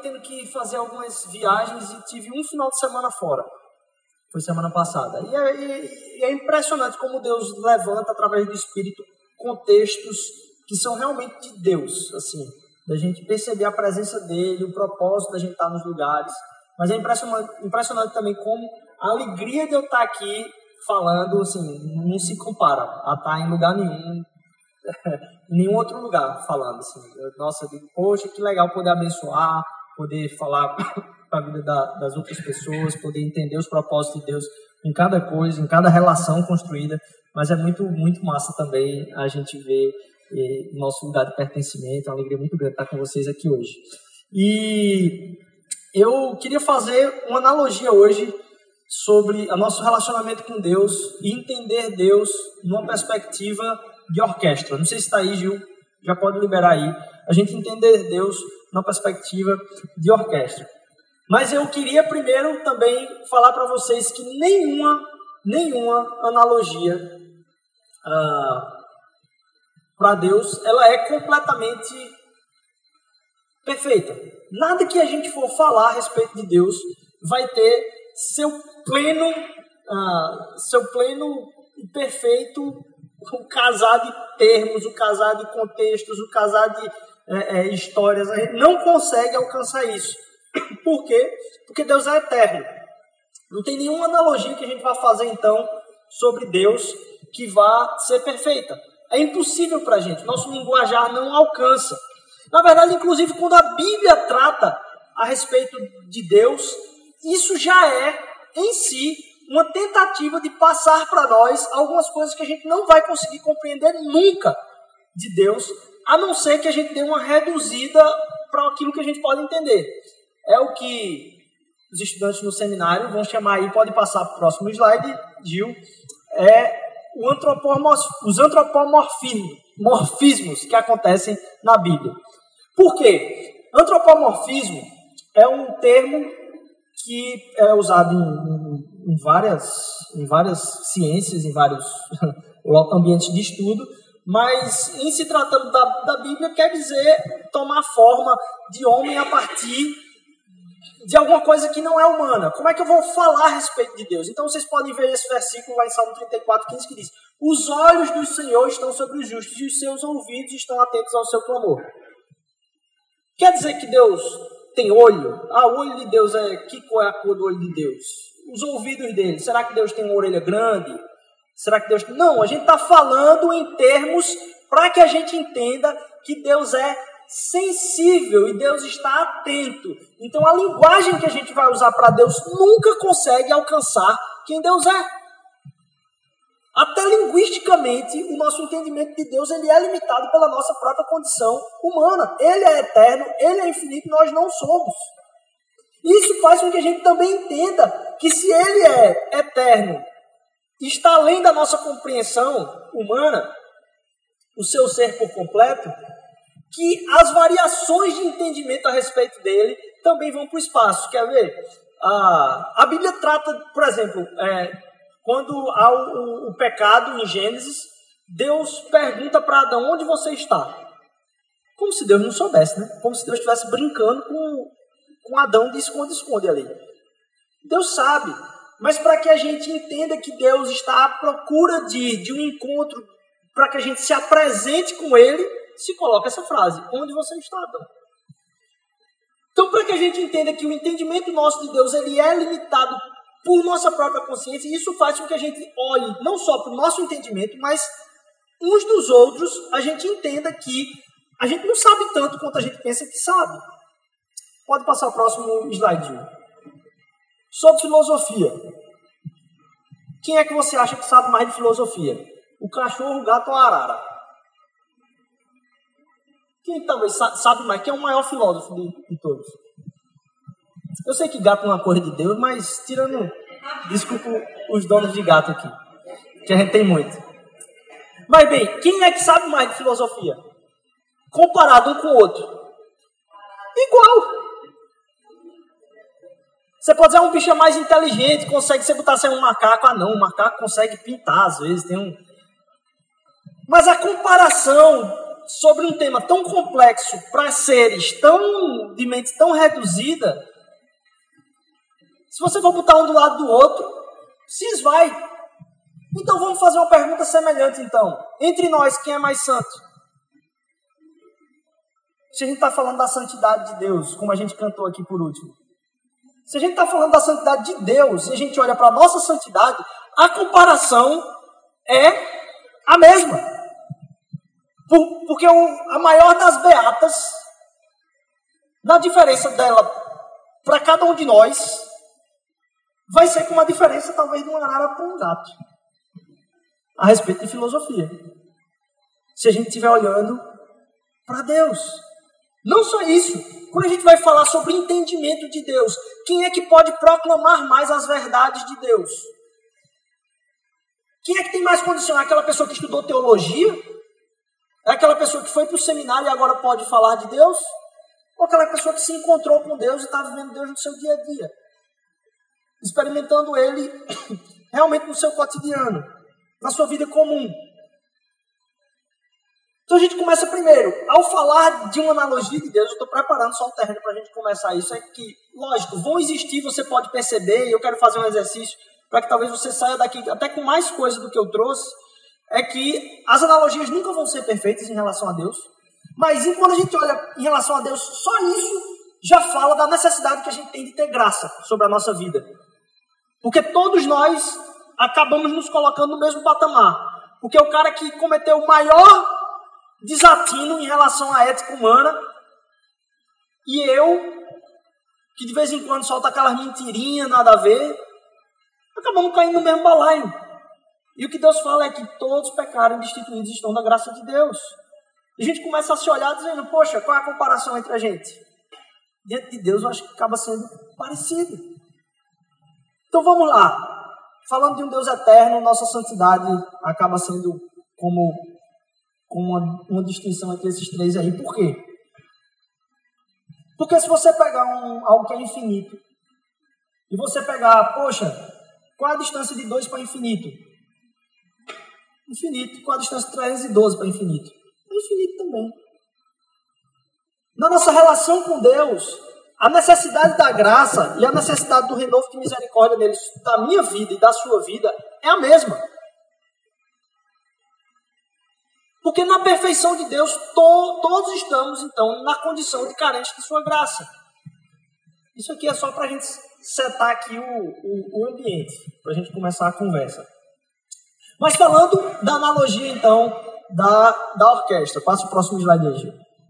tendo que fazer algumas viagens e tive um final de semana fora. Foi semana passada. E é impressionante como Deus levanta, através do Espírito, contextos que são realmente de Deus, assim, da gente perceber a presença dele, o propósito da gente estar nos lugares. Mas é impressionante também como a alegria de eu estar aqui falando, assim, não se compara a estar em lugar nenhum, em nenhum outro lugar falando, assim. Nossa, eu digo, poxa, que legal poder abençoar, poder falar para a vida das outras pessoas, poder entender os propósitos de Deus em cada coisa, em cada relação construída. Mas é muito, muito massa também a gente ver nosso lugar de pertencimento. É uma alegria muito grande estar com vocês aqui hoje. E eu queria fazer uma analogia hoje sobre o nosso relacionamento com Deus e entender Deus numa perspectiva de orquestra. Não sei se está aí, Gil, já pode liberar aí. A gente entender Deus numa perspectiva de orquestra. Mas eu queria primeiro também falar para vocês que nenhuma analogia para Deus, ela é completamente perfeita. Nada que a gente for falar a respeito de Deus vai ter seu pleno e perfeito, o casar de termos, o casar de contextos, o casar de histórias. A gente não consegue alcançar isso. Por quê? Porque Deus é eterno. Não tem nenhuma analogia que a gente vai fazer, então, sobre Deus que vá ser perfeita. É impossível para a gente. Nosso linguajar não alcança. Na verdade, inclusive, quando a Bíblia trata a respeito de Deus, isso já é, em si, uma tentativa de passar para nós algumas coisas que a gente não vai conseguir compreender nunca de Deus, a não ser que a gente dê uma reduzida para aquilo que a gente pode entender. É o que os estudantes no seminário vão chamar aí, pode passar para o próximo slide, Gil, os antropomorfismos que acontecem na Bíblia. Por quê? Antropomorfismo é um termo que é usado em várias ciências, em vários ambientes de estudo, mas em se tratando da Bíblia quer dizer tomar forma de homem a partir de alguma coisa que não é humana. Como é que eu vou falar a respeito de Deus? Então vocês podem ver esse versículo lá em Salmo 34:15, que diz: os olhos do Senhor estão sobre os justos e os seus ouvidos estão atentos ao seu clamor. Quer dizer que Deus tem olho? O olho de Deus qual é a cor do olho de Deus? Os ouvidos dele, será que Deus tem uma orelha grande? Será que Deus... Não, a gente está falando em termos para que a gente entenda que Deus é sensível e Deus está atento. Então a linguagem que a gente vai usar para Deus nunca consegue alcançar quem Deus é. Até linguisticamente, o nosso entendimento de Deus ele é limitado pela nossa própria condição humana. Ele é eterno, ele é infinito, nós não somos. Isso faz com que a gente também entenda que se ele é eterno, está além da nossa compreensão humana, o seu ser por completo, que as variações de entendimento a respeito dele também vão para o espaço. Quer ver? A Bíblia trata, por exemplo, quando há o pecado em Gênesis, Deus pergunta para Adão: onde você está? Como se Deus não soubesse, né? Como se Deus estivesse brincando com Adão de esconde-esconde ali. Deus sabe, mas para que a gente entenda que Deus está à procura de um encontro, para que a gente se apresente com Ele, se coloca essa frase: onde você está, Adão? Então, para que a gente entenda que o entendimento nosso de Deus ele é limitado por nossa própria consciência, e isso faz com que a gente olhe não só para o nosso entendimento, mas uns dos outros, a gente entenda que a gente não sabe tanto quanto a gente pensa que sabe. Pode passar o próximo slide. Sobre filosofia. Quem é que você acha que sabe mais de filosofia? O cachorro, o gato ou a arara? Quem talvez sabe mais? Quem é o maior filósofo de todos? Eu sei que gato não é uma coisa de Deus, mas tirando... Desculpa os donos de gato aqui, que a gente tem muito. Mas bem, quem é que sabe mais de filosofia? Comparado um com o outro. Igual. Você pode dizer, um bicho é mais inteligente, consegue você botar sem um macaco. Não, o macaco consegue pintar, às vezes, tem um... Mas a comparação sobre um tema tão complexo para seres de mente tão reduzida, se você for botar um do lado do outro, se esvai. Então vamos fazer uma pergunta semelhante então. Entre nós, quem é mais santo? Se a gente está falando da santidade de Deus, como a gente cantou aqui por último. Se a gente está falando da santidade de Deus e a gente olha para a nossa santidade, a comparação é a mesma. Porque a maior das beatas, na diferença dela para cada um de nós, vai ser com uma diferença talvez de uma arara para um gato. A respeito de filosofia. Se a gente estiver olhando para Deus. Não só isso. Quando a gente vai falar sobre entendimento de Deus, quem é que pode proclamar mais as verdades de Deus? Quem é que tem mais condição? É aquela pessoa que estudou teologia? É aquela pessoa que foi para o seminário e agora pode falar de Deus? Ou aquela pessoa que se encontrou com Deus e está vivendo Deus no seu dia a dia? Experimentando Ele realmente no seu cotidiano, na sua vida comum. Então a gente começa primeiro, ao falar de uma analogia de Deus, eu estou preparando só um terreno para a gente começar isso, é que, lógico, vão existir, você pode perceber, e eu quero fazer um exercício para que talvez você saia daqui até com mais coisa do que eu trouxe, é que as analogias nunca vão ser perfeitas em relação a Deus, mas quando a gente olha em relação a Deus, só isso já fala da necessidade que a gente tem de ter graça sobre a nossa vida. Porque todos nós acabamos nos colocando no mesmo patamar. Porque o cara que cometeu o maior desatino em relação à ética humana e eu, que de vez em quando solta aquelas mentirinhas, nada a ver, acabamos caindo no mesmo balaio. E o que Deus fala é que todos pecaram e destituídos estão da graça de Deus. E a gente começa a se olhar dizendo, poxa, qual é a comparação entre a gente? Diante de Deus eu acho que acaba sendo parecido. Então vamos lá. Falando de um Deus eterno, nossa santidade acaba sendo como uma distinção entre esses três aí. Por quê? Porque se você pegar algo que é infinito e você pegar, poxa, qual é a distância de 2 para infinito? Infinito. Qual é a distância de 312 para infinito? É infinito também. Na nossa relação com Deus, a necessidade da graça e a necessidade do renovo de misericórdia deles, da minha vida e da sua vida, é a mesma. Porque na perfeição de Deus, todos estamos, então, na condição de carentes de sua graça. Isso aqui é só para a gente setar aqui o ambiente, para a gente começar a conversa. Mas falando da analogia, então, da orquestra. Passa o próximo slide aí, Gil.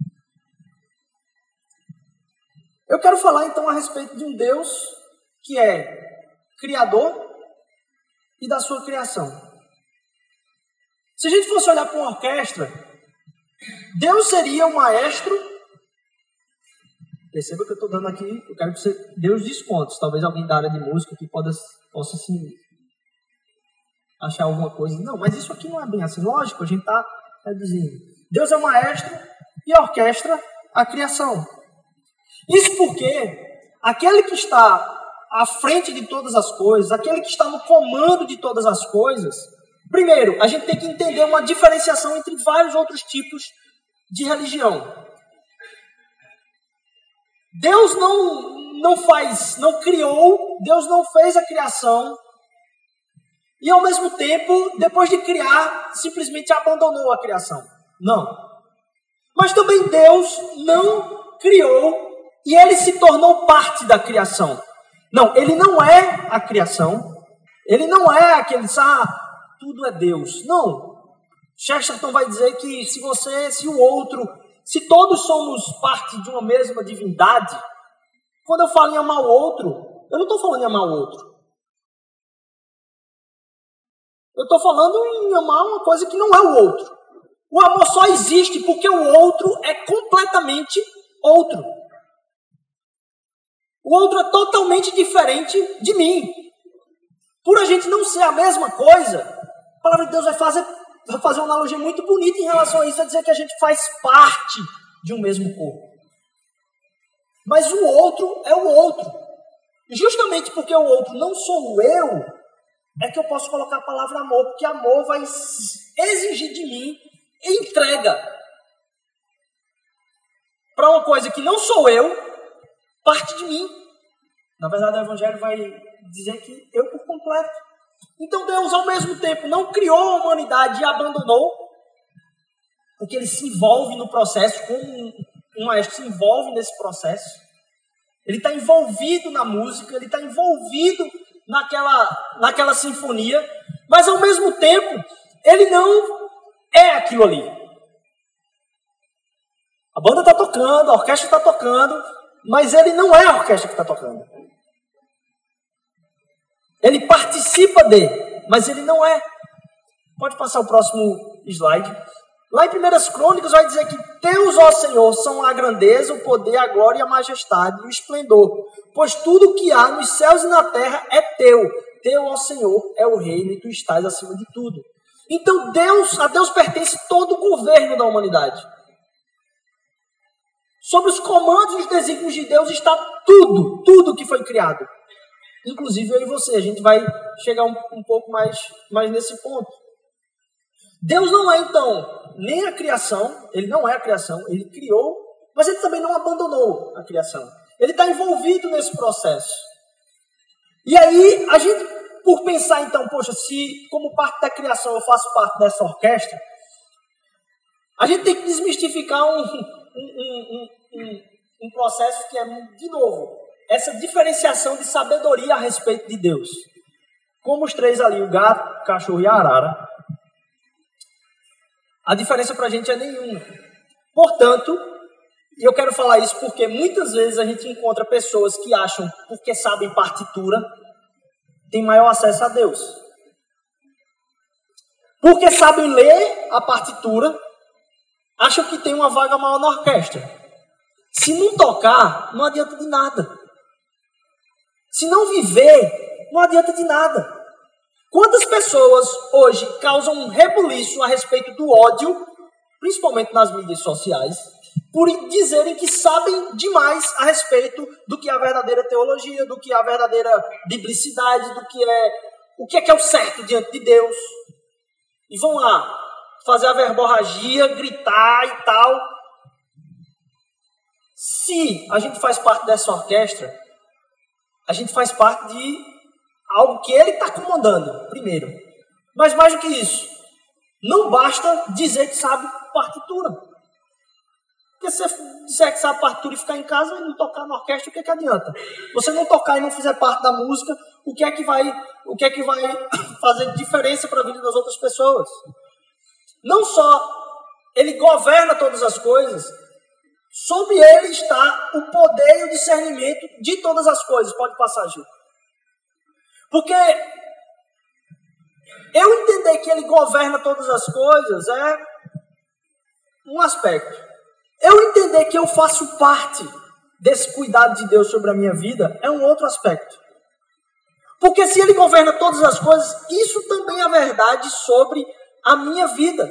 Eu quero falar, então, a respeito de um Deus que é criador e da sua criação. Se a gente fosse olhar para uma orquestra, Deus seria o maestro. Perceba que eu estou dando aqui, eu quero que você dê os descontos. Talvez alguém da área de música que possa assim, achar alguma coisa. Não, mas isso aqui não é bem assim. Lógico, a gente está reduzindo. Deus é o maestro e a orquestra a criação. Isso porque aquele que está à frente de todas as coisas, aquele que está no comando de todas as coisas, primeiro, a gente tem que entender uma diferenciação entre vários outros tipos de religião. Deus não criou, Deus não fez a criação e ao mesmo tempo, depois de criar, simplesmente abandonou a criação. Não. Mas também Deus não criou e ele se tornou parte da criação. Não, ele não é a criação, ele não é aquele, tudo é Deus. Não. Chesterton vai dizer que se todos somos parte de uma mesma divindade, quando eu falo em amar o outro, eu não estou falando em amar o outro. Eu estou falando em amar uma coisa que não é o outro. O amor só existe porque o outro é completamente outro. O outro é totalmente diferente de mim. Por a gente não ser a mesma coisa, a palavra de Deus vai fazer uma analogia muito bonita em relação a isso, é dizer que a gente faz parte de um mesmo corpo. Mas o outro é o outro. Justamente porque o outro não sou eu, é que eu posso colocar a palavra amor, porque amor vai exigir de mim entrega. para uma coisa que não sou eu, parte de mim. Na verdade, o Evangelho vai dizer que eu por completo. Então Deus, ao mesmo tempo, não criou a humanidade e abandonou, porque Ele se envolve no processo, como um maestro se envolve nesse processo. Ele está envolvido na música, Ele está envolvido naquela sinfonia, mas ao mesmo tempo, Ele não é aquilo ali. A banda está tocando, a orquestra está tocando, mas Ele não é a orquestra que está tocando. Ele participa mas Ele não é. Pode passar o próximo slide. Lá em 1 Crônicas vai dizer que Teus, ó Senhor, são a grandeza, o poder, a glória, a majestade e o esplendor. Pois tudo o que há nos céus e na terra é Teu. Teu, ó Senhor, é o reino e Tu estás acima de tudo. Então a Deus pertence todo o governo da humanidade. Sobre os comandos e os desígnios de Deus está tudo que foi criado. Inclusive eu e você. A gente vai chegar um pouco mais nesse ponto. Deus não é, então, nem a criação. Ele não é a criação. Ele criou, mas Ele também não abandonou a criação. Ele está envolvido nesse processo. E aí, a gente, por pensar, então, poxa, se como parte da criação eu faço parte dessa orquestra, a gente tem que desmistificar um processo que é, de novo, essa diferenciação de sabedoria a respeito de Deus. Como os três ali, o gato, o cachorro e a arara, a diferença para a gente é nenhuma. Portanto, e eu quero falar isso porque muitas vezes a gente encontra pessoas que acham, porque sabem partitura, tem maior acesso a Deus. Porque sabem ler a partitura, acham que tem uma vaga maior na orquestra. Se não tocar, não adianta de nada. Se não viver, não adianta de nada. Quantas pessoas hoje causam um rebuliço a respeito do ódio, principalmente nas mídias sociais, por dizerem que sabem demais a respeito do que é a verdadeira teologia, do que é a verdadeira biblicidade, o que é o certo diante de Deus. E vão lá fazer a verborragia, gritar e tal. Se a gente faz parte dessa orquestra, a gente faz parte de algo que Ele está comandando, primeiro. Mas mais do que isso, não basta dizer que sabe partitura. Porque se você disser que sabe partitura e ficar em casa e não tocar na orquestra, o que adianta? Você não tocar e não fizer parte da música, o que é que vai fazer diferença para a vida das outras pessoas? Não só Ele governa todas as coisas, sobre Ele está o poder e o discernimento de todas as coisas. Pode passar, Gil. Porque eu entender que Ele governa todas as coisas é um aspecto. Eu entender que eu faço parte desse cuidado de Deus sobre a minha vida é um outro aspecto. Porque se Ele governa todas as coisas, isso também é verdade sobre a minha vida.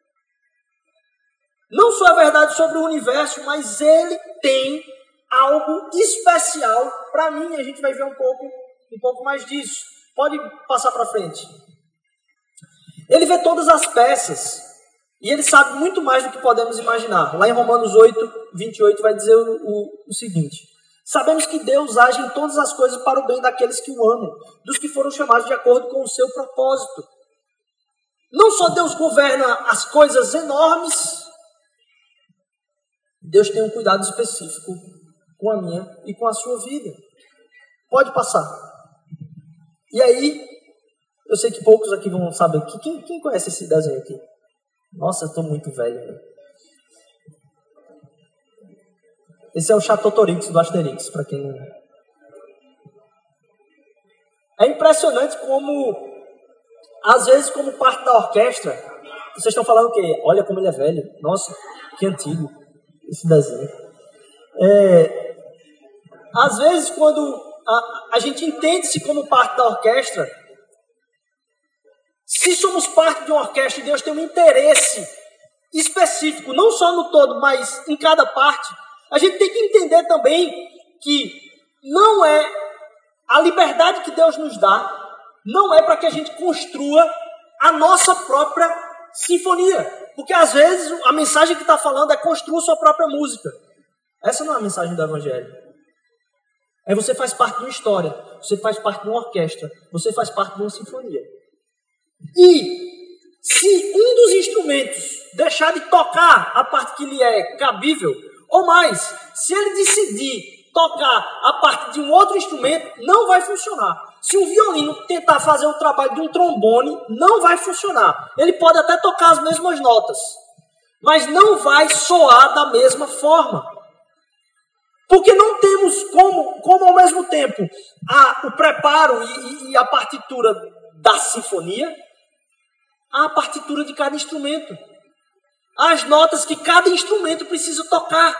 Não só é verdade sobre o universo, mas Ele tem algo especial para mim. A gente vai ver um pouco mais disso. Pode passar para frente. Ele vê todas as peças e Ele sabe muito mais do que podemos imaginar. Lá em Romanos 8, 28 vai dizer o seguinte: sabemos que Deus age em todas as coisas para o bem daqueles que o amam, dos que foram chamados de acordo com o seu propósito. Não só Deus governa as coisas enormes, Deus tem um cuidado específico com a minha e com a sua vida. Pode passar. E aí, eu sei que poucos aqui vão saber. Quem conhece esse desenho aqui? Nossa, eu estou muito velho. Né? Esse é o Chatotorix do Asterix, para quem não... É impressionante como, às vezes, como parte da orquestra, vocês estão falando o quê? Olha como ele é velho. Nossa, que antigo esse desenho. Às vezes, quando a gente entende-se como parte da orquestra, se somos parte de uma orquestra e Deus tem um interesse específico, não só no todo, mas em cada parte, a gente tem que entender também que não é a liberdade que Deus nos dá, não é para que a gente construa a nossa própria sinfonia. Porque às vezes a mensagem que está falando é construa sua própria música. Essa não é a mensagem do Evangelho. Aí você faz parte de uma história, você faz parte de uma orquestra, você faz parte de uma sinfonia. E se um dos instrumentos deixar de tocar a parte que lhe é cabível, ou mais, se ele decidir tocar a parte de um outro instrumento, não vai funcionar. Se um violino tentar fazer o trabalho de um trombone, não vai funcionar. Ele pode até tocar as mesmas notas, mas não vai soar da mesma forma. Porque não temos como ao mesmo tempo o preparo e a partitura da sinfonia, a partitura de cada instrumento, as notas que cada instrumento precisa tocar,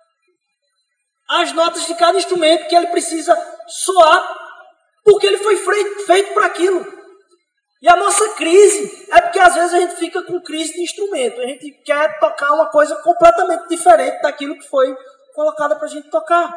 as notas de cada instrumento que ele precisa soar, porque ele foi feito para aquilo. E a nossa crise é porque às vezes a gente fica com crise de instrumento, a gente quer tocar uma coisa completamente diferente daquilo que foi colocada para a gente tocar.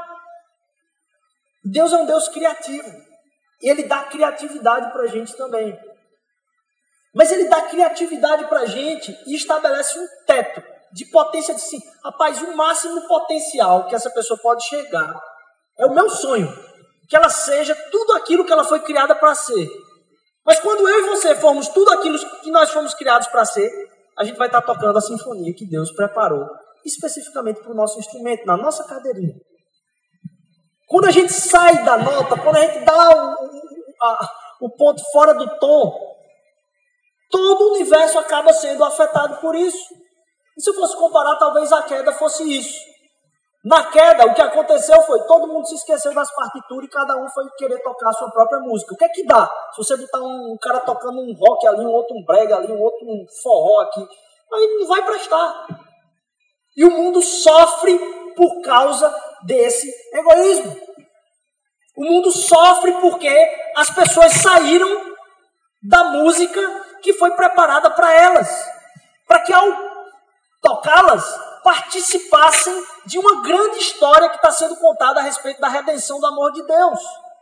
Deus é um Deus criativo. Ele dá criatividade para a gente também. Mas ele dá criatividade para a gente e estabelece um teto de potência de si. Rapaz, o máximo potencial que essa pessoa pode chegar é o meu sonho. Que ela seja tudo aquilo que ela foi criada para ser. Mas quando eu e você formos tudo aquilo que nós fomos criados para ser, a gente vai estar tocando a sinfonia que Deus preparou especificamente para o nosso instrumento, na nossa cadeirinha. Quando a gente sai da nota, quando a gente dá o ponto fora do tom, todo o universo acaba sendo afetado por isso. E se eu fosse comparar, talvez a queda fosse isso. Na queda, o que aconteceu foi, todo mundo se esqueceu das partituras e cada um foi querer tocar a sua própria música. O que é que dá? Se você botar um cara tocando um rock ali, um outro um brega ali, um outro um forró aqui, aí não vai prestar. E o mundo sofre por causa desse egoísmo. O mundo sofre porque as pessoas saíram da música que foi preparada para elas. Para que ao tocá-las, participassem de uma grande história que está sendo contada a respeito da redenção do amor de Deus.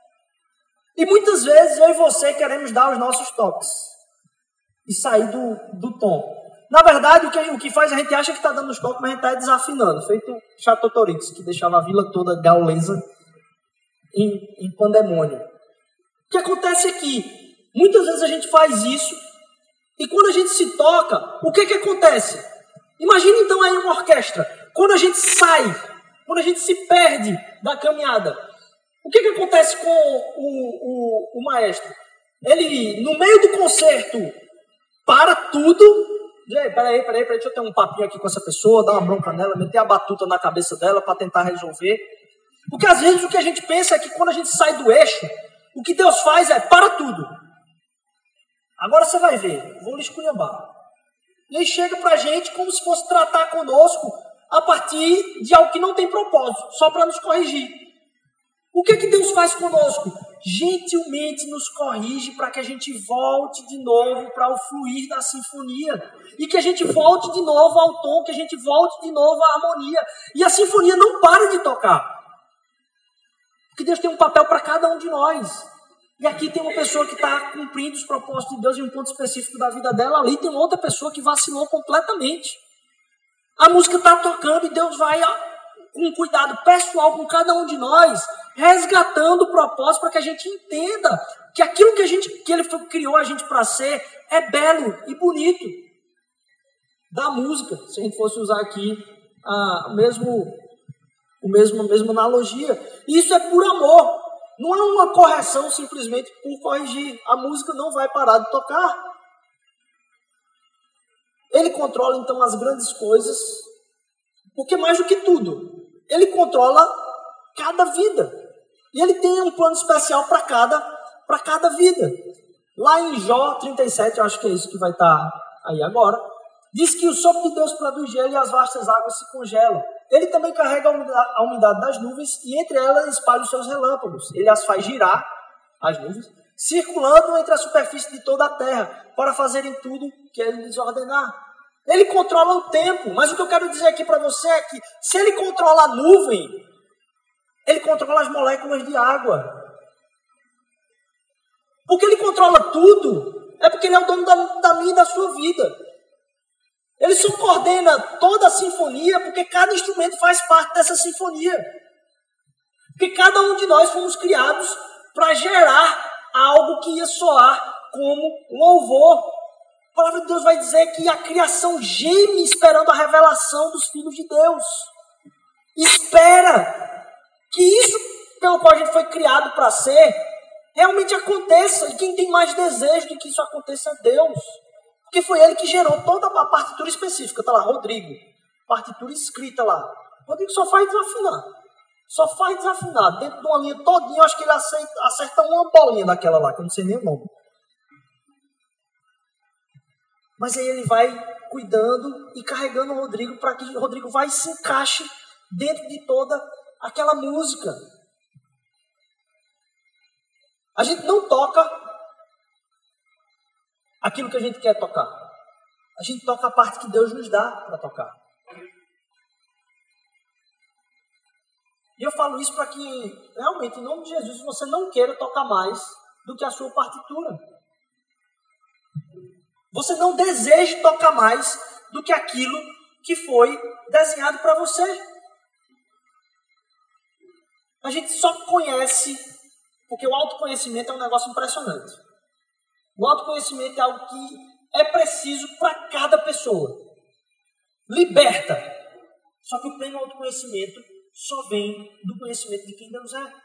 E muitas vezes eu e você queremos dar os nossos toques e sair do tom. Na verdade, o que faz a gente acha que está dando os toques, mas a gente está desafinando. Feito Chateau Toritz, que deixava a vila toda gaulesa em pandemônio. O que acontece é que muitas vezes a gente faz isso e quando a gente se toca, o que acontece? Imagina então aí uma orquestra. Quando a gente sai, quando a gente se perde da caminhada, o que acontece com o maestro? Ele, no meio do concerto, para tudo. Peraí, deixa eu ter um papinho aqui com essa pessoa, dar uma bronca nela, meter a batuta na cabeça dela para tentar resolver. Porque às vezes o que a gente pensa é que quando a gente sai do eixo, o que Deus faz é, para tudo. Agora você vai ver, vou lhe esculhambar. E aí chega pra gente como se fosse tratar conosco a partir de algo que não tem propósito, só para nos corrigir. O que Deus faz conosco? Gentilmente nos corrige para que a gente volte de novo para o fluir da sinfonia. E que a gente volte de novo ao tom, que a gente volte de novo à harmonia. E a sinfonia não para de tocar. Porque Deus tem um papel para cada um de nós. E aqui tem uma pessoa que está cumprindo os propósitos de Deus em um ponto específico da vida dela. Ali tem outra pessoa que vacilou completamente. A música está tocando e Deus vai, com um cuidado pessoal com cada um de nós, resgatando o propósito para que a gente entenda que aquilo que Ele criou a gente para ser é belo e bonito. Da música, se a gente fosse usar aqui a mesma analogia. Isso é por amor. Não é uma correção simplesmente por corrigir. A música não vai parar de tocar. Ele controla então as grandes coisas, porque mais do que tudo, Ele controla cada vida. E Ele tem um plano especial para cada vida. Lá em Jó 37, eu acho que é isso que vai estar aí agora, diz que o sopro de Deus produz gelo e as vastas águas se congelam. Ele também carrega a umidade das nuvens e entre elas espalha os seus relâmpagos. Ele as faz girar, as nuvens, circulando entre a superfície de toda a terra, para fazerem tudo que Ele lhes ordenar. Ele controla o tempo, mas o que eu quero dizer aqui para você é que se Ele controla a nuvem, Ele controla as moléculas de água. Porque Ele controla tudo, é porque Ele é o dono da minha e da sua vida. Ele só coordena toda a sinfonia porque cada instrumento faz parte dessa sinfonia. Porque cada um de nós fomos criados para gerar algo que ia soar como louvor. A palavra de Deus vai dizer que a criação geme esperando a revelação dos filhos de Deus. Espera que isso pelo qual a gente foi criado para ser, realmente aconteça. E quem tem mais desejo de que isso aconteça é Deus. Porque foi Ele que gerou toda a partitura específica. Está lá, Rodrigo. Partitura escrita lá. Rodrigo só faz desafinar. Só faz desafinar. Dentro de uma linha todinha, eu acho que ele acerta uma bolinha daquela lá, que eu não sei nem o nome. Mas aí ele vai cuidando e carregando o Rodrigo para que o Rodrigo vai e se encaixe dentro de toda aquela música. A gente não toca aquilo que a gente quer tocar. A gente toca a parte que Deus nos dá para tocar. E eu falo isso para que, realmente, em nome de Jesus, você não queira tocar mais do que a sua partitura. Você não deseje tocar mais do que aquilo que foi desenhado para você. A gente só conhece, porque o autoconhecimento é um negócio impressionante. O autoconhecimento é algo que é preciso para cada pessoa. Liberta. Só que o pleno autoconhecimento só vem do conhecimento de quem Deus é.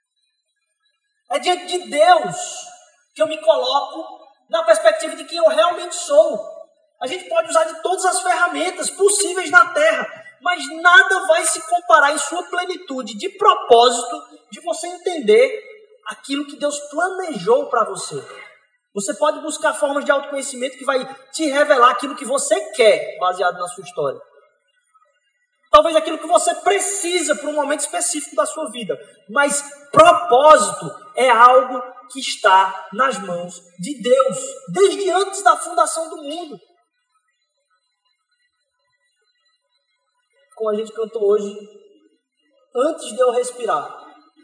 É diante de Deus que eu me coloco na perspectiva de quem eu realmente sou. A gente pode usar de todas as ferramentas possíveis na Terra, mas nada vai se comparar em sua plenitude de propósito de você entender aquilo que Deus planejou para você. Você pode buscar formas de autoconhecimento que vai te revelar aquilo que você quer, baseado na sua história. Talvez aquilo que você precisa para um momento específico da sua vida. Mas propósito é algo que está nas mãos de Deus, desde antes da fundação do mundo. Como a gente cantou hoje, antes de eu respirar.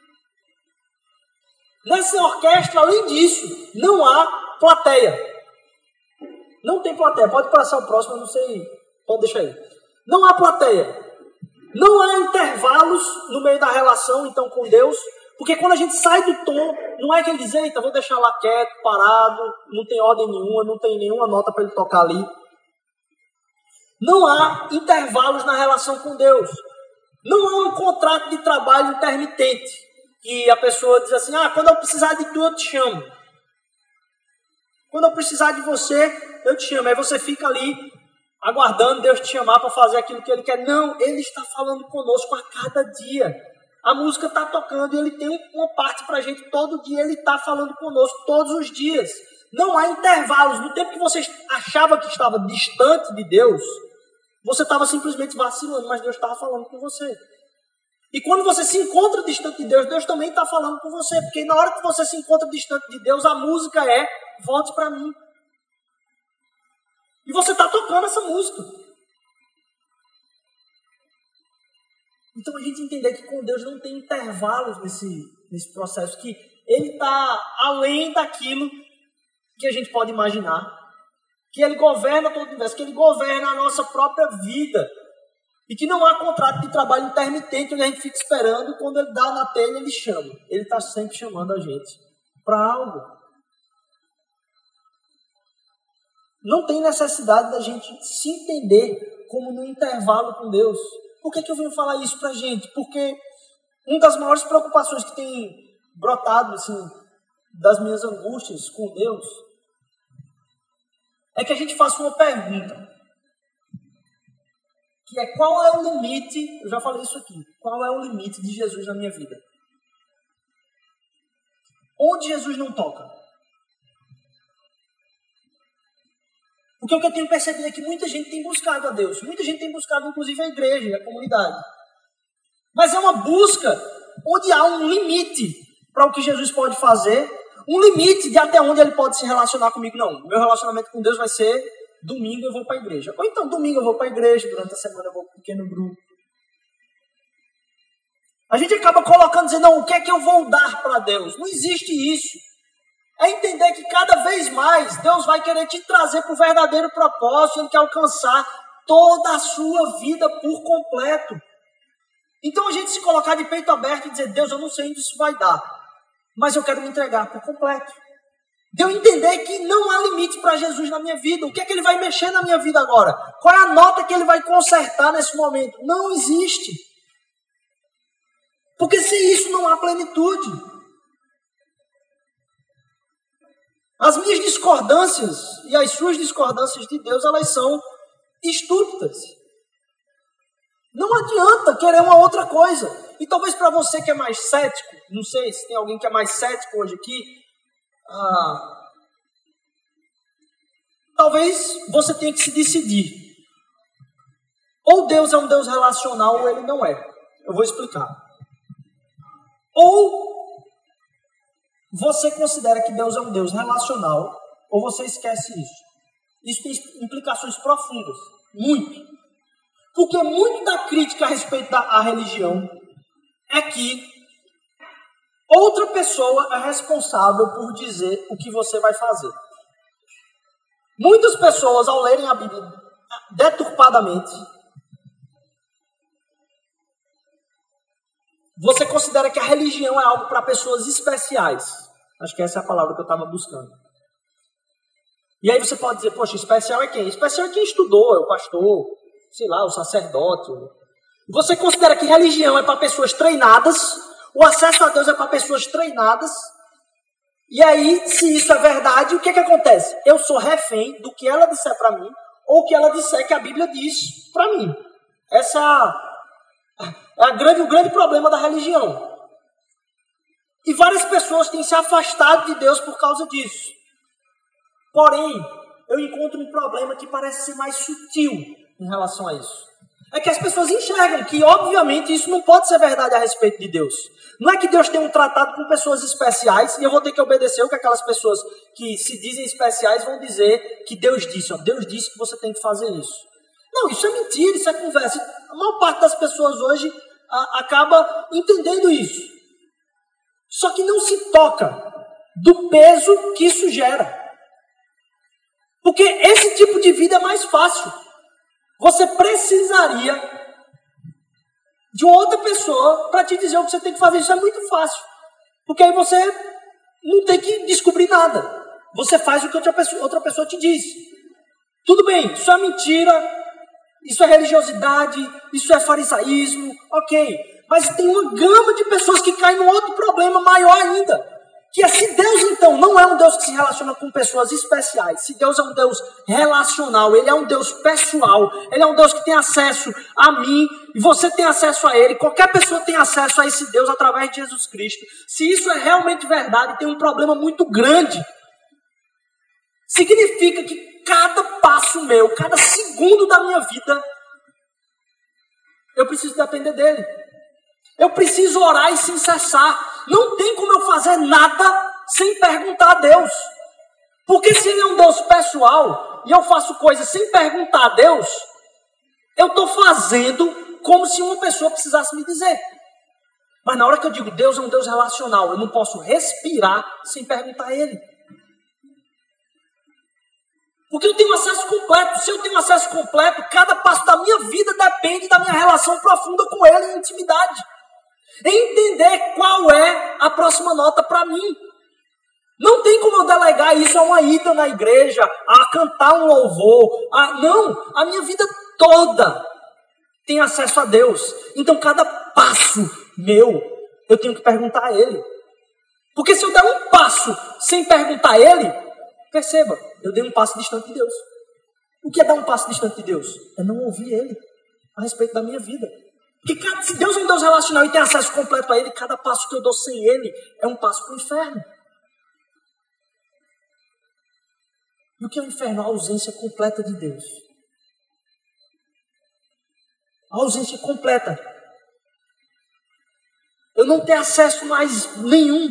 Nessa orquestra, além disso, não há plateia. Não tem plateia. Pode passar o próximo, eu não sei. Pode deixar aí. Não há plateia. Não há intervalos no meio da relação, então, com Deus. Porque quando a gente sai do tom, não é que ele diz, eita, vou deixar lá quieto, parado, não tem ordem nenhuma, não tem nenhuma nota para ele tocar ali. Não há intervalos na relação com Deus. Não há um contrato de trabalho intermitente. Que a pessoa diz assim, quando eu precisar de tu, eu te chamo. Quando eu precisar de você, eu te chamo. Aí você fica ali, aguardando Deus te chamar para fazer aquilo que Ele quer. Não, Ele está falando conosco a cada dia. A música está tocando e Ele tem uma parte para a gente todo dia. Ele está falando conosco todos os dias. Não há intervalos. No tempo que você achava que estava distante de Deus, você estava simplesmente vacilando, mas Deus estava falando com você. E quando você se encontra distante de Deus, Deus também está falando com você. Porque na hora que você se encontra distante de Deus, a música é volte para mim. E você está tocando essa música. Então a gente entender que com Deus não tem intervalos nesse processo. Que Ele está além daquilo que a gente pode imaginar. Que Ele governa todo o universo. Que Ele governa a nossa própria vida. E que não há contrato de trabalho intermitente onde a gente fica esperando e quando Ele dá na telha, Ele chama. Ele está sempre chamando a gente para algo. Não tem necessidade da gente se entender como no intervalo com Deus. Por que eu venho falar isso para a gente? Porque uma das maiores preocupações que tem brotado assim, das minhas angústias com Deus é que a gente faça uma pergunta. Que é qual é o limite, eu já falei isso aqui, qual é o limite de Jesus na minha vida? Onde Jesus não toca? Porque o que eu tenho percebido é que muita gente tem buscado a Deus, muita gente tem buscado inclusive a igreja, a comunidade. Mas é uma busca onde há um limite para o que Jesus pode fazer, um limite de até onde Ele pode se relacionar comigo. Não, meu relacionamento com Deus vai ser domingo eu vou para a igreja. Ou então, domingo eu vou para a igreja, durante a semana eu vou para um pequeno grupo. A gente acaba colocando, dizendo, não, o que é que eu vou dar para Deus? Não existe isso. É entender que cada vez mais Deus vai querer te trazer para o verdadeiro propósito, Ele quer alcançar toda a sua vida por completo. Então a gente se colocar de peito aberto e dizer, Deus, eu não sei onde isso vai dar, mas eu quero me entregar por completo. De eu entender que não há limite para Jesus na minha vida. O que é que ele vai mexer na minha vida agora? Qual é a nota que ele vai consertar nesse momento? Não existe. Porque sem isso não há plenitude. As minhas discordâncias e as suas discordâncias de Deus, elas são estúpidas. Não adianta querer uma outra coisa. E talvez para você que é mais cético, não sei se tem alguém que é mais cético hoje aqui, talvez você tenha que se decidir. Ou Deus é um Deus relacional ou ele não é. Eu vou explicar. Ou você considera que Deus é um Deus relacional, ou você esquece isso. Isso tem implicações profundas. Muito. Porque muito da crítica a respeito da religião é que outra pessoa é responsável por dizer o que você vai fazer. Muitas pessoas, ao lerem a Bíblia deturpadamente, você considera que a religião é algo para pessoas especiais. Acho que essa é a palavra que eu estava buscando. E aí você pode dizer, poxa, especial é quem? Especial é quem estudou, é o pastor, sei lá, o sacerdote. Você considera que religião é para pessoas treinadas, o acesso a Deus é para pessoas treinadas. E aí, se isso é verdade, o que é que acontece? Eu sou refém do que ela disser para mim, ou o que ela disser que a Bíblia diz para mim. Essa é o grande problema da religião. E várias pessoas têm se afastado de Deus por causa disso. Porém, eu encontro um problema que parece ser mais sutil em relação a isso. É que as pessoas enxergam que, obviamente, isso não pode ser verdade a respeito de Deus. Não é que Deus tem um tratado com pessoas especiais e eu vou ter que obedecer o que aquelas pessoas que se dizem especiais vão dizer que Deus disse. Ó, Deus disse que você tem que fazer isso. Não, isso é mentira, isso é conversa. A maior parte das pessoas hoje acaba entendendo isso. Só que não se toca do peso que isso gera. Porque esse tipo de vida é mais fácil. Você precisaria de outra pessoa para te dizer o que você tem que fazer. Isso é muito fácil. Porque aí você não tem que descobrir nada. Você faz o que outra pessoa te diz. Tudo bem, isso é mentira, isso é religiosidade, isso é farisaísmo, ok. Mas tem uma gama de pessoas que caem num outro problema maior ainda. Que é se Deus, então, não é um Deus que se relaciona com pessoas especiais. Se Deus é um Deus relacional, Ele é um Deus pessoal. Ele é um Deus que tem acesso a mim e você tem acesso a Ele. Qualquer pessoa tem acesso a esse Deus através de Jesus Cristo. Se isso é realmente verdade, tem um problema muito grande. Significa que cada passo meu, cada segundo da minha vida, eu preciso depender dEle. Eu preciso orar e sem cessar. Não tem como eu fazer nada sem perguntar a Deus. Porque se Ele é um Deus pessoal e eu faço coisas sem perguntar a Deus, eu estou fazendo como se uma pessoa precisasse me dizer. Mas na hora que eu digo Deus é um Deus relacional, eu não posso respirar sem perguntar a Ele. Porque eu tenho acesso completo. Se eu tenho acesso completo, cada passo da minha vida depende da minha relação profunda com Ele em intimidade. Entender qual é a próxima nota para mim. Não tem como eu delegar isso a uma ida na igreja, a cantar um louvor. Não, a minha vida toda tem acesso a Deus. Então cada passo meu, eu tenho que perguntar a Ele. Porque se eu der um passo sem perguntar a Ele, perceba, eu dei um passo distante de Deus. O que é dar um passo distante de Deus? É não ouvir Ele a respeito da minha vida. Porque se Deus é um Deus relacional e tem acesso completo a Ele, cada passo que eu dou sem Ele é um passo para o inferno. E o que é o inferno? A ausência completa de Deus. A ausência completa. Eu não tenho acesso mais nenhum.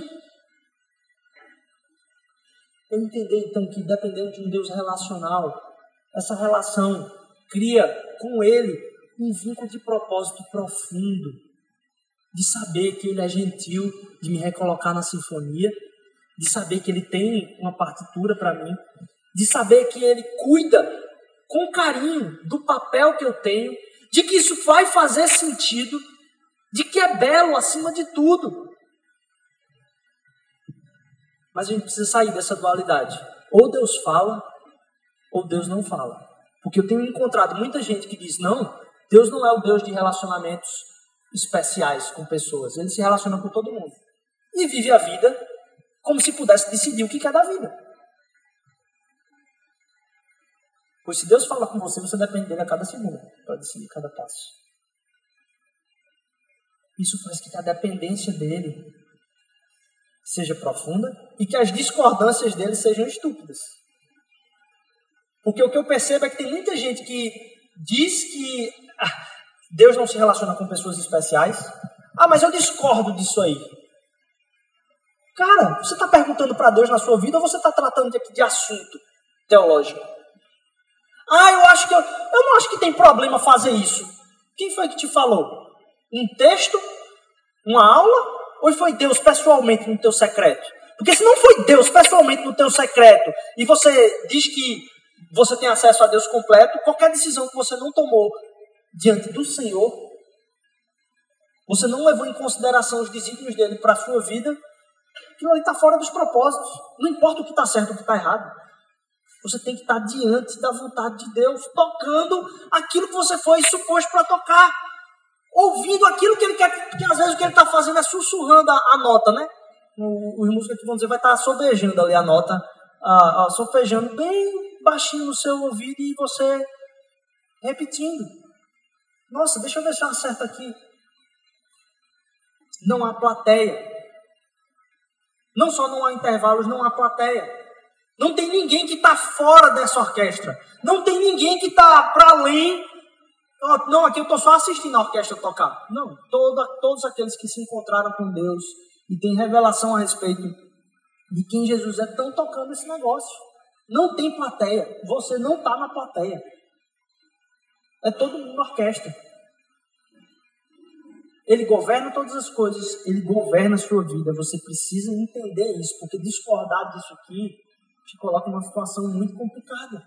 Eu entendi então que dependendo de um Deus relacional, essa relação cria com Ele um vínculo de propósito profundo, de saber que Ele é gentil, de me recolocar na sinfonia, de saber que Ele tem uma partitura para mim, de saber que Ele cuida com carinho do papel que eu tenho, de que isso vai fazer sentido, de que é belo acima de tudo. Mas a gente precisa sair dessa dualidade. Ou Deus fala, ou Deus não fala. Porque eu tenho encontrado muita gente que diz, não, Deus não é o Deus de relacionamentos especiais com pessoas. Ele se relaciona com todo mundo. E vive a vida como se pudesse decidir o que quer da vida. Pois se Deus fala com você, você depende dele a cada segundo para decidir cada passo. Isso faz com que a dependência dele seja profunda e que as discordâncias dele sejam estúpidas. Porque o que eu percebo é que tem muita gente que diz que Deus não se relaciona com pessoas especiais. Mas eu discordo disso aí. Cara, você está perguntando para Deus na sua vida ou você está tratando de assunto teológico? Eu não acho que tem problema fazer isso. Quem foi que te falou? Um texto? Uma aula? Ou foi Deus pessoalmente no teu secreto? Porque se não foi Deus pessoalmente no teu secreto e você diz que você tem acesso a Deus completo, qualquer decisão que você não tomou diante do Senhor, você não levou em consideração os desígnios dele para a sua vida, aquilo ali está fora dos propósitos. Não importa o que está certo ou o que está errado. Você tem que estar diante da vontade de Deus, tocando aquilo que você foi suposto para tocar. Ouvindo aquilo que ele quer, porque às vezes o que ele está fazendo é sussurrando a nota, né? Os músicos que vão dizer vai estar sobejando ali a nota, solfejando bem baixinho no seu ouvido e você repetindo. Nossa, deixa eu ver se eu acerto aqui. Não há plateia. Não só não há intervalos, não há plateia. Não tem ninguém que está fora dessa orquestra. Não tem ninguém que está para além. Não, aqui eu estou só assistindo a orquestra tocar. Não, todos aqueles que se encontraram com Deus e têm revelação a respeito de quem Jesus é, estão tocando esse negócio. Não tem plateia. Você não está na plateia. É todo mundo na orquestra. Ele governa todas as coisas. Ele governa a sua vida. Você precisa entender isso, porque discordar disso aqui te coloca numa situação muito complicada.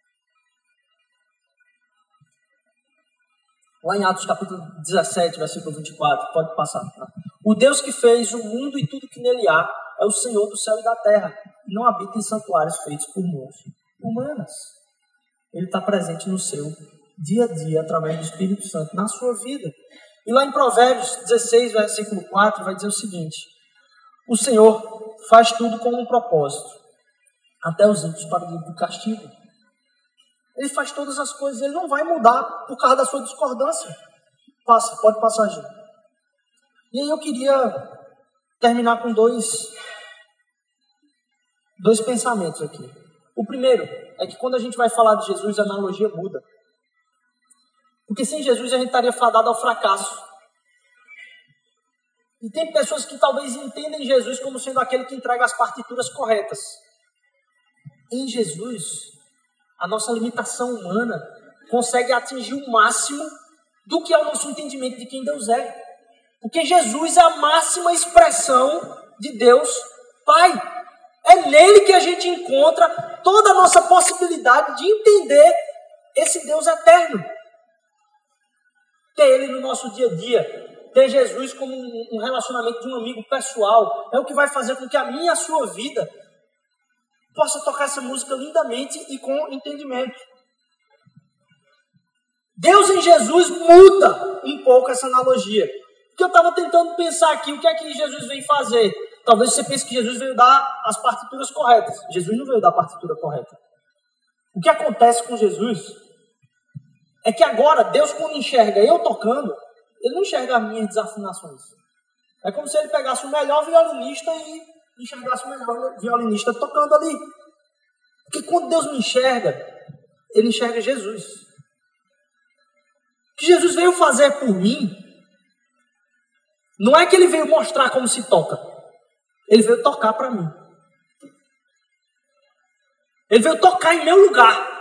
Lá em Atos capítulo 17, versículo 24, pode passar. Tá? O Deus que fez o mundo e tudo que nele há é o Senhor do céu e da terra. E não habita em santuários feitos por mãos humanas. Ele está presente no seu dia a dia, através do Espírito Santo, na sua vida. E lá em Provérbios 16, versículo 4, vai dizer o seguinte: o Senhor faz tudo com um propósito, até os ímpios para o dia do castigo. Ele faz todas as coisas, ele não vai mudar por causa da sua discordância. Pode passar, Gil. E aí eu queria terminar com dois pensamentos aqui. O primeiro é que quando a gente vai falar de Jesus, a analogia muda. Porque sem Jesus a gente estaria fadado ao fracasso. E tem pessoas que talvez entendem Jesus como sendo aquele que entrega as partituras corretas. Em Jesus, a nossa limitação humana consegue atingir o máximo do que é o nosso entendimento de quem Deus é. Porque Jesus é a máxima expressão de Deus Pai. É nele que a gente encontra toda a nossa possibilidade de entender esse Deus eterno. Ter Ele no nosso dia a dia, ter Jesus como um relacionamento de um amigo pessoal, é o que vai fazer com que a minha e a sua vida possa tocar essa música lindamente e com entendimento. Deus em Jesus muda um pouco essa analogia. Porque eu estava tentando pensar aqui, o que é que Jesus veio fazer? Talvez você pense que Jesus veio dar as partituras corretas. Jesus não veio dar a partitura correta. O que acontece com Jesus é que agora Deus, quando enxerga eu tocando, ele não enxerga as minhas desafinações. É como se ele pegasse o melhor violinista e enxergasse o melhor violinista tocando ali. Porque quando Deus me enxerga, ele enxerga Jesus. O que Jesus veio fazer por mim não é que ele veio mostrar como se toca. Ele veio tocar para mim. Ele veio tocar em meu lugar.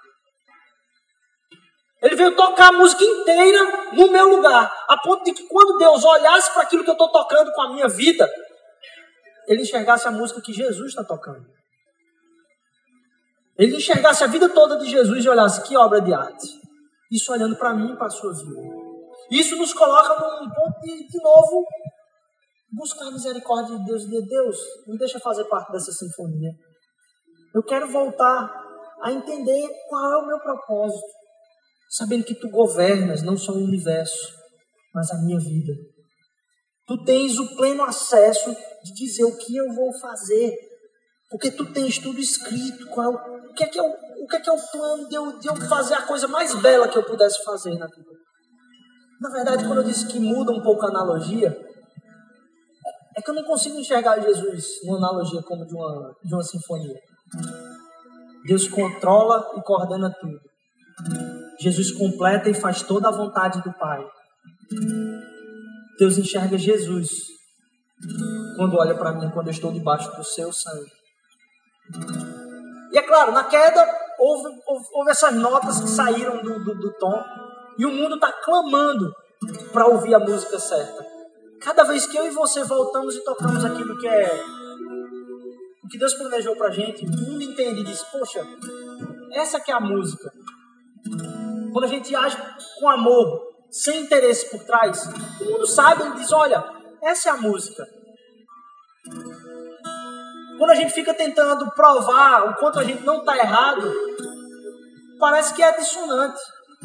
Ele veio tocar a música inteira no meu lugar. A ponto de que quando Deus olhasse para aquilo que eu estou tocando com a minha vida, ele enxergasse a música que Jesus está tocando. Ele enxergasse a vida toda de Jesus e olhasse, que obra de arte. Isso olhando para mim e para a sua vida. Isso nos coloca num ponto de novo, buscar a misericórdia de Deus. Deus, me deixa fazer parte dessa sinfonia. Eu quero voltar a entender qual é o meu propósito. Sabendo que tu governas não só o universo, mas a minha vida. Tu tens o pleno acesso de dizer o que eu vou fazer. Porque tu tens tudo escrito. O que é que é o plano de eu fazer a coisa mais bela que eu pudesse fazer na vida? Na verdade, quando eu disse que muda um pouco a analogia, é que eu não consigo enxergar Jesus numa analogia como de uma sinfonia. Deus controla e coordena tudo. Jesus completa e faz toda a vontade do Pai. Deus enxerga Jesus quando olha para mim, quando eu estou debaixo do seu sangue. E é claro, na queda houve essas notas que saíram do tom e o mundo está clamando para ouvir a música certa. Cada vez que eu e você voltamos e tocamos aquilo que é o que Deus planejou para a gente, o mundo entende e diz, poxa, essa que é a música. Quando a gente age com amor, sem interesse por trás, o mundo sabe e diz, olha, essa é a música. Quando a gente fica tentando provar o quanto a gente não está errado, parece que é dissonante.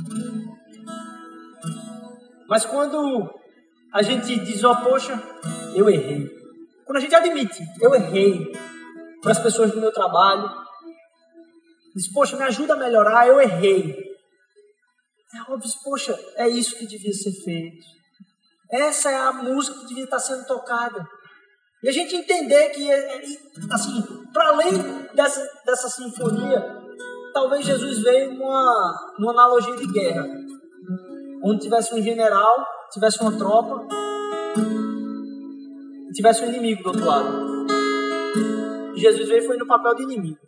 Mas quando a gente diz, poxa, eu errei. Quando a gente admite, eu errei para as pessoas do meu trabalho, diz, poxa, me ajuda a melhorar, eu errei. É óbvio, poxa, é isso que devia ser feito. Essa é a música que devia estar sendo tocada. E a gente entender que, assim, para além dessa sinfonia, talvez Jesus veio numa analogia de guerra. Onde tivesse um general, tivesse uma tropa, e tivesse um inimigo do outro lado. E Jesus veio e foi no papel de inimigo.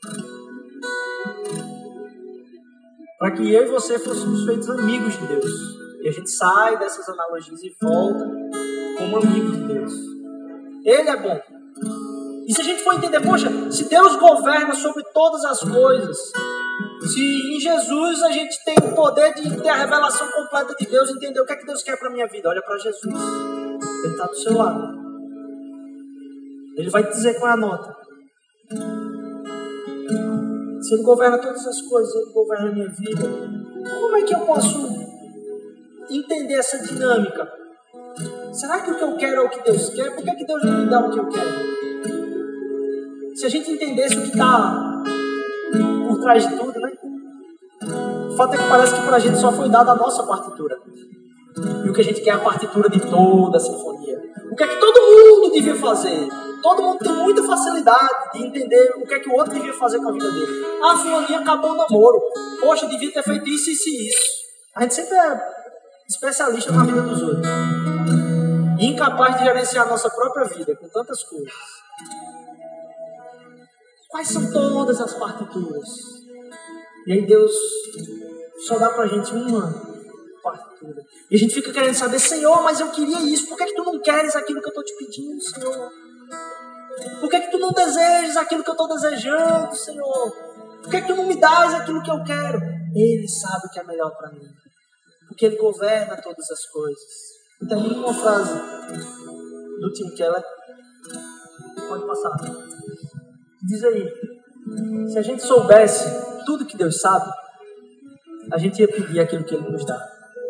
Para que eu e você fôssemos feitos amigos de Deus. E a gente sai dessas analogias e volta como amigo de Deus. Ele é bom. E se a gente for entender, poxa, se Deus governa sobre todas as coisas, se em Jesus a gente tem o poder de ter a revelação completa de Deus, entender o que é que Deus quer para a minha vida, olha para Jesus. Ele está do seu lado. Ele vai te dizer qual é a nota. Se Ele governa todas as coisas, Ele governa a minha vida. Como é que eu posso entender essa dinâmica? Será que o que eu quero é o que Deus quer? Por que Deus não me dá o que eu quero? Se a gente entendesse o que está por trás de tudo, né? O fato é que parece que para a gente só foi dada a nossa partitura. E o que a gente quer é a partitura de toda a sinfonia. O que é que todo mundo devia fazer? Todo mundo tem muita facilidade de entender o que é que o outro devia fazer com a vida dele. Ah, fulaninha acabou o namoro. Poxa, devia ter feito isso, isso e isso. A gente sempre é especialista na vida dos outros. E incapaz de gerenciar a nossa própria vida com tantas coisas. Quais são todas as partituras? E aí Deus só dá pra gente uma partitura. E a gente fica querendo saber, Senhor, mas eu queria isso. Por que é que tu não queres aquilo que eu estou te pedindo, Senhor? Por que é que tu não desejas aquilo que eu estou desejando, Senhor? Por que é que tu não me dás aquilo que eu quero? Ele sabe o que é melhor para mim. Porque Ele governa todas as coisas. Eu termino uma frase do Tim Keller. Pode passar. Diz aí, se a gente soubesse tudo que Deus sabe, a gente ia pedir aquilo que Ele nos dá.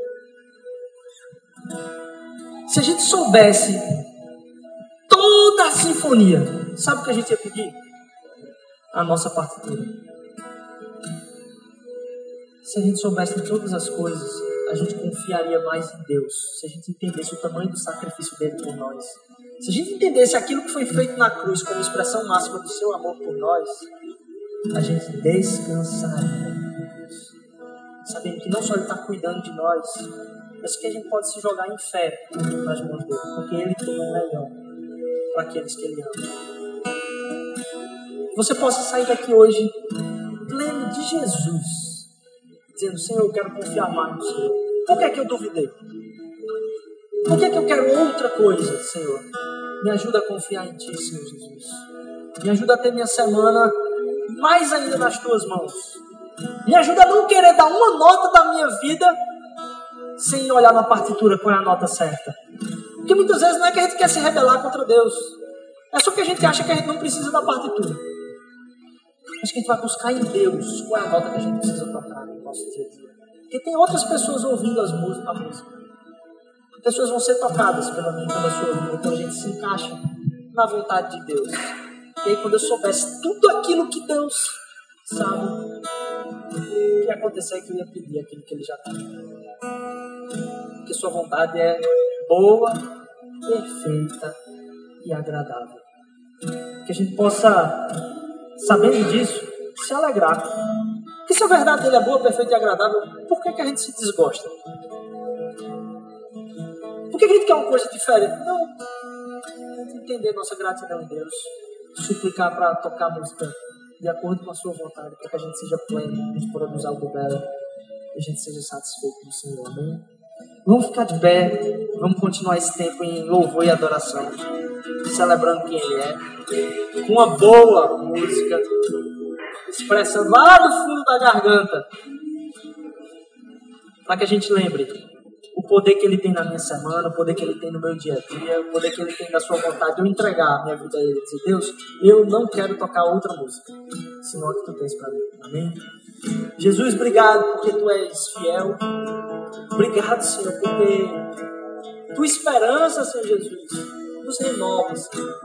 Se a gente soubesse toda a sinfonia, sabe o que a gente ia pedir? A nossa partitura. Se a gente soubesse de todas as coisas, a gente confiaria mais em Deus. Se a gente entendesse o tamanho do sacrifício dele por nós. Se a gente entendesse aquilo que foi feito na cruz como expressão máxima do seu amor por nós, a gente descansaria. Sabendo que não só Ele está cuidando de nós, mas que a gente pode se jogar em fé nas mãos dele. Porque Ele tem o melhor para aqueles que Ele ama. Você possa sair daqui hoje pleno de Jesus, dizendo, Senhor, eu quero confiar mais no Senhor. Por que é que eu duvidei? Por que é que eu quero outra coisa, Senhor? Me ajuda a confiar em Ti, Senhor Jesus. Me ajuda a ter minha semana mais ainda nas tuas mãos. Me ajuda a não querer dar uma nota da minha vida sem olhar na partitura qual é a nota certa. Porque muitas vezes não é que a gente quer se rebelar contra Deus. É só que a gente acha que a gente não precisa da partitura. Acho que a gente vai buscar em Deus qual é a nota que a gente precisa tocar no nosso dia a dia. Porque tem outras pessoas ouvindo a música. Pessoas vão ser tocadas pela sua vida. Então a gente se encaixa na vontade de Deus. E aí quando eu soubesse tudo aquilo que Deus sabe, o que ia acontecer é que eu ia pedir aquilo que Ele já tem. Porque sua vontade é boa, perfeita e agradável. Que a gente possa, sabendo disso, se alegrar. Porque se a verdade dele é boa, perfeita e agradável, por que a gente se desgosta? Por que a gente quer uma coisa diferente? Não. A gente entender nossa gratidão em Deus. Suplicar para tocar música de acordo com a sua vontade, para que a gente seja pleno, a gente produza algo belo e a gente seja satisfeito do Senhor. Amém? Vamos ficar de pé, vamos continuar esse tempo em louvor e adoração, celebrando quem Ele é, com uma boa música, expressando lá do fundo da garganta, para que a gente lembre o poder que Ele tem na minha semana, o poder que Ele tem no meu dia a dia, o poder que Ele tem na sua vontade de eu entregar a minha vida a Ele e dizer: Deus, eu não quero tocar outra música, senão a que Tu tens para mim. Amém? Jesus, obrigado porque Tu és fiel. Obrigado, Senhor, porque Tua esperança, Senhor Jesus, nos renova, Senhor.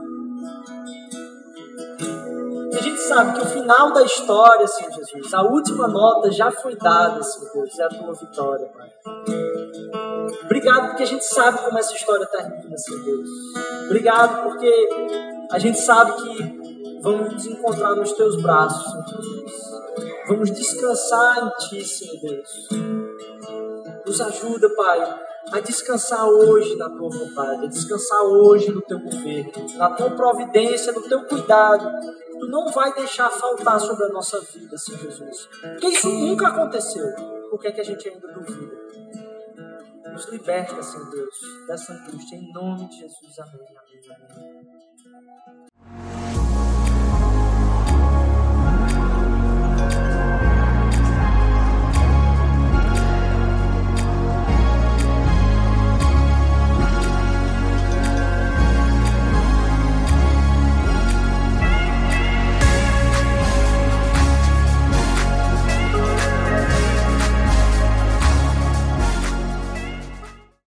E a gente sabe que o final da história, Senhor Jesus, a última nota já foi dada, Senhor Deus, é a Tua vitória, Pai. Obrigado porque a gente sabe como essa história termina, Senhor Deus. Obrigado porque a gente sabe que vamos nos encontrar nos Teus braços, Senhor Jesus. Vamos descansar em Ti, Senhor Deus. Nos ajuda, Pai, a descansar hoje na Tua vontade, a descansar hoje no Teu governo, na Tua providência, no Teu cuidado. Tu não vai deixar faltar sobre a nossa vida, Senhor Jesus. Porque isso nunca aconteceu. Por que é que a gente ainda duvida? Nos liberta, Senhor Deus, dessa angústia. Em nome de Jesus. Amém. Amém. Amém.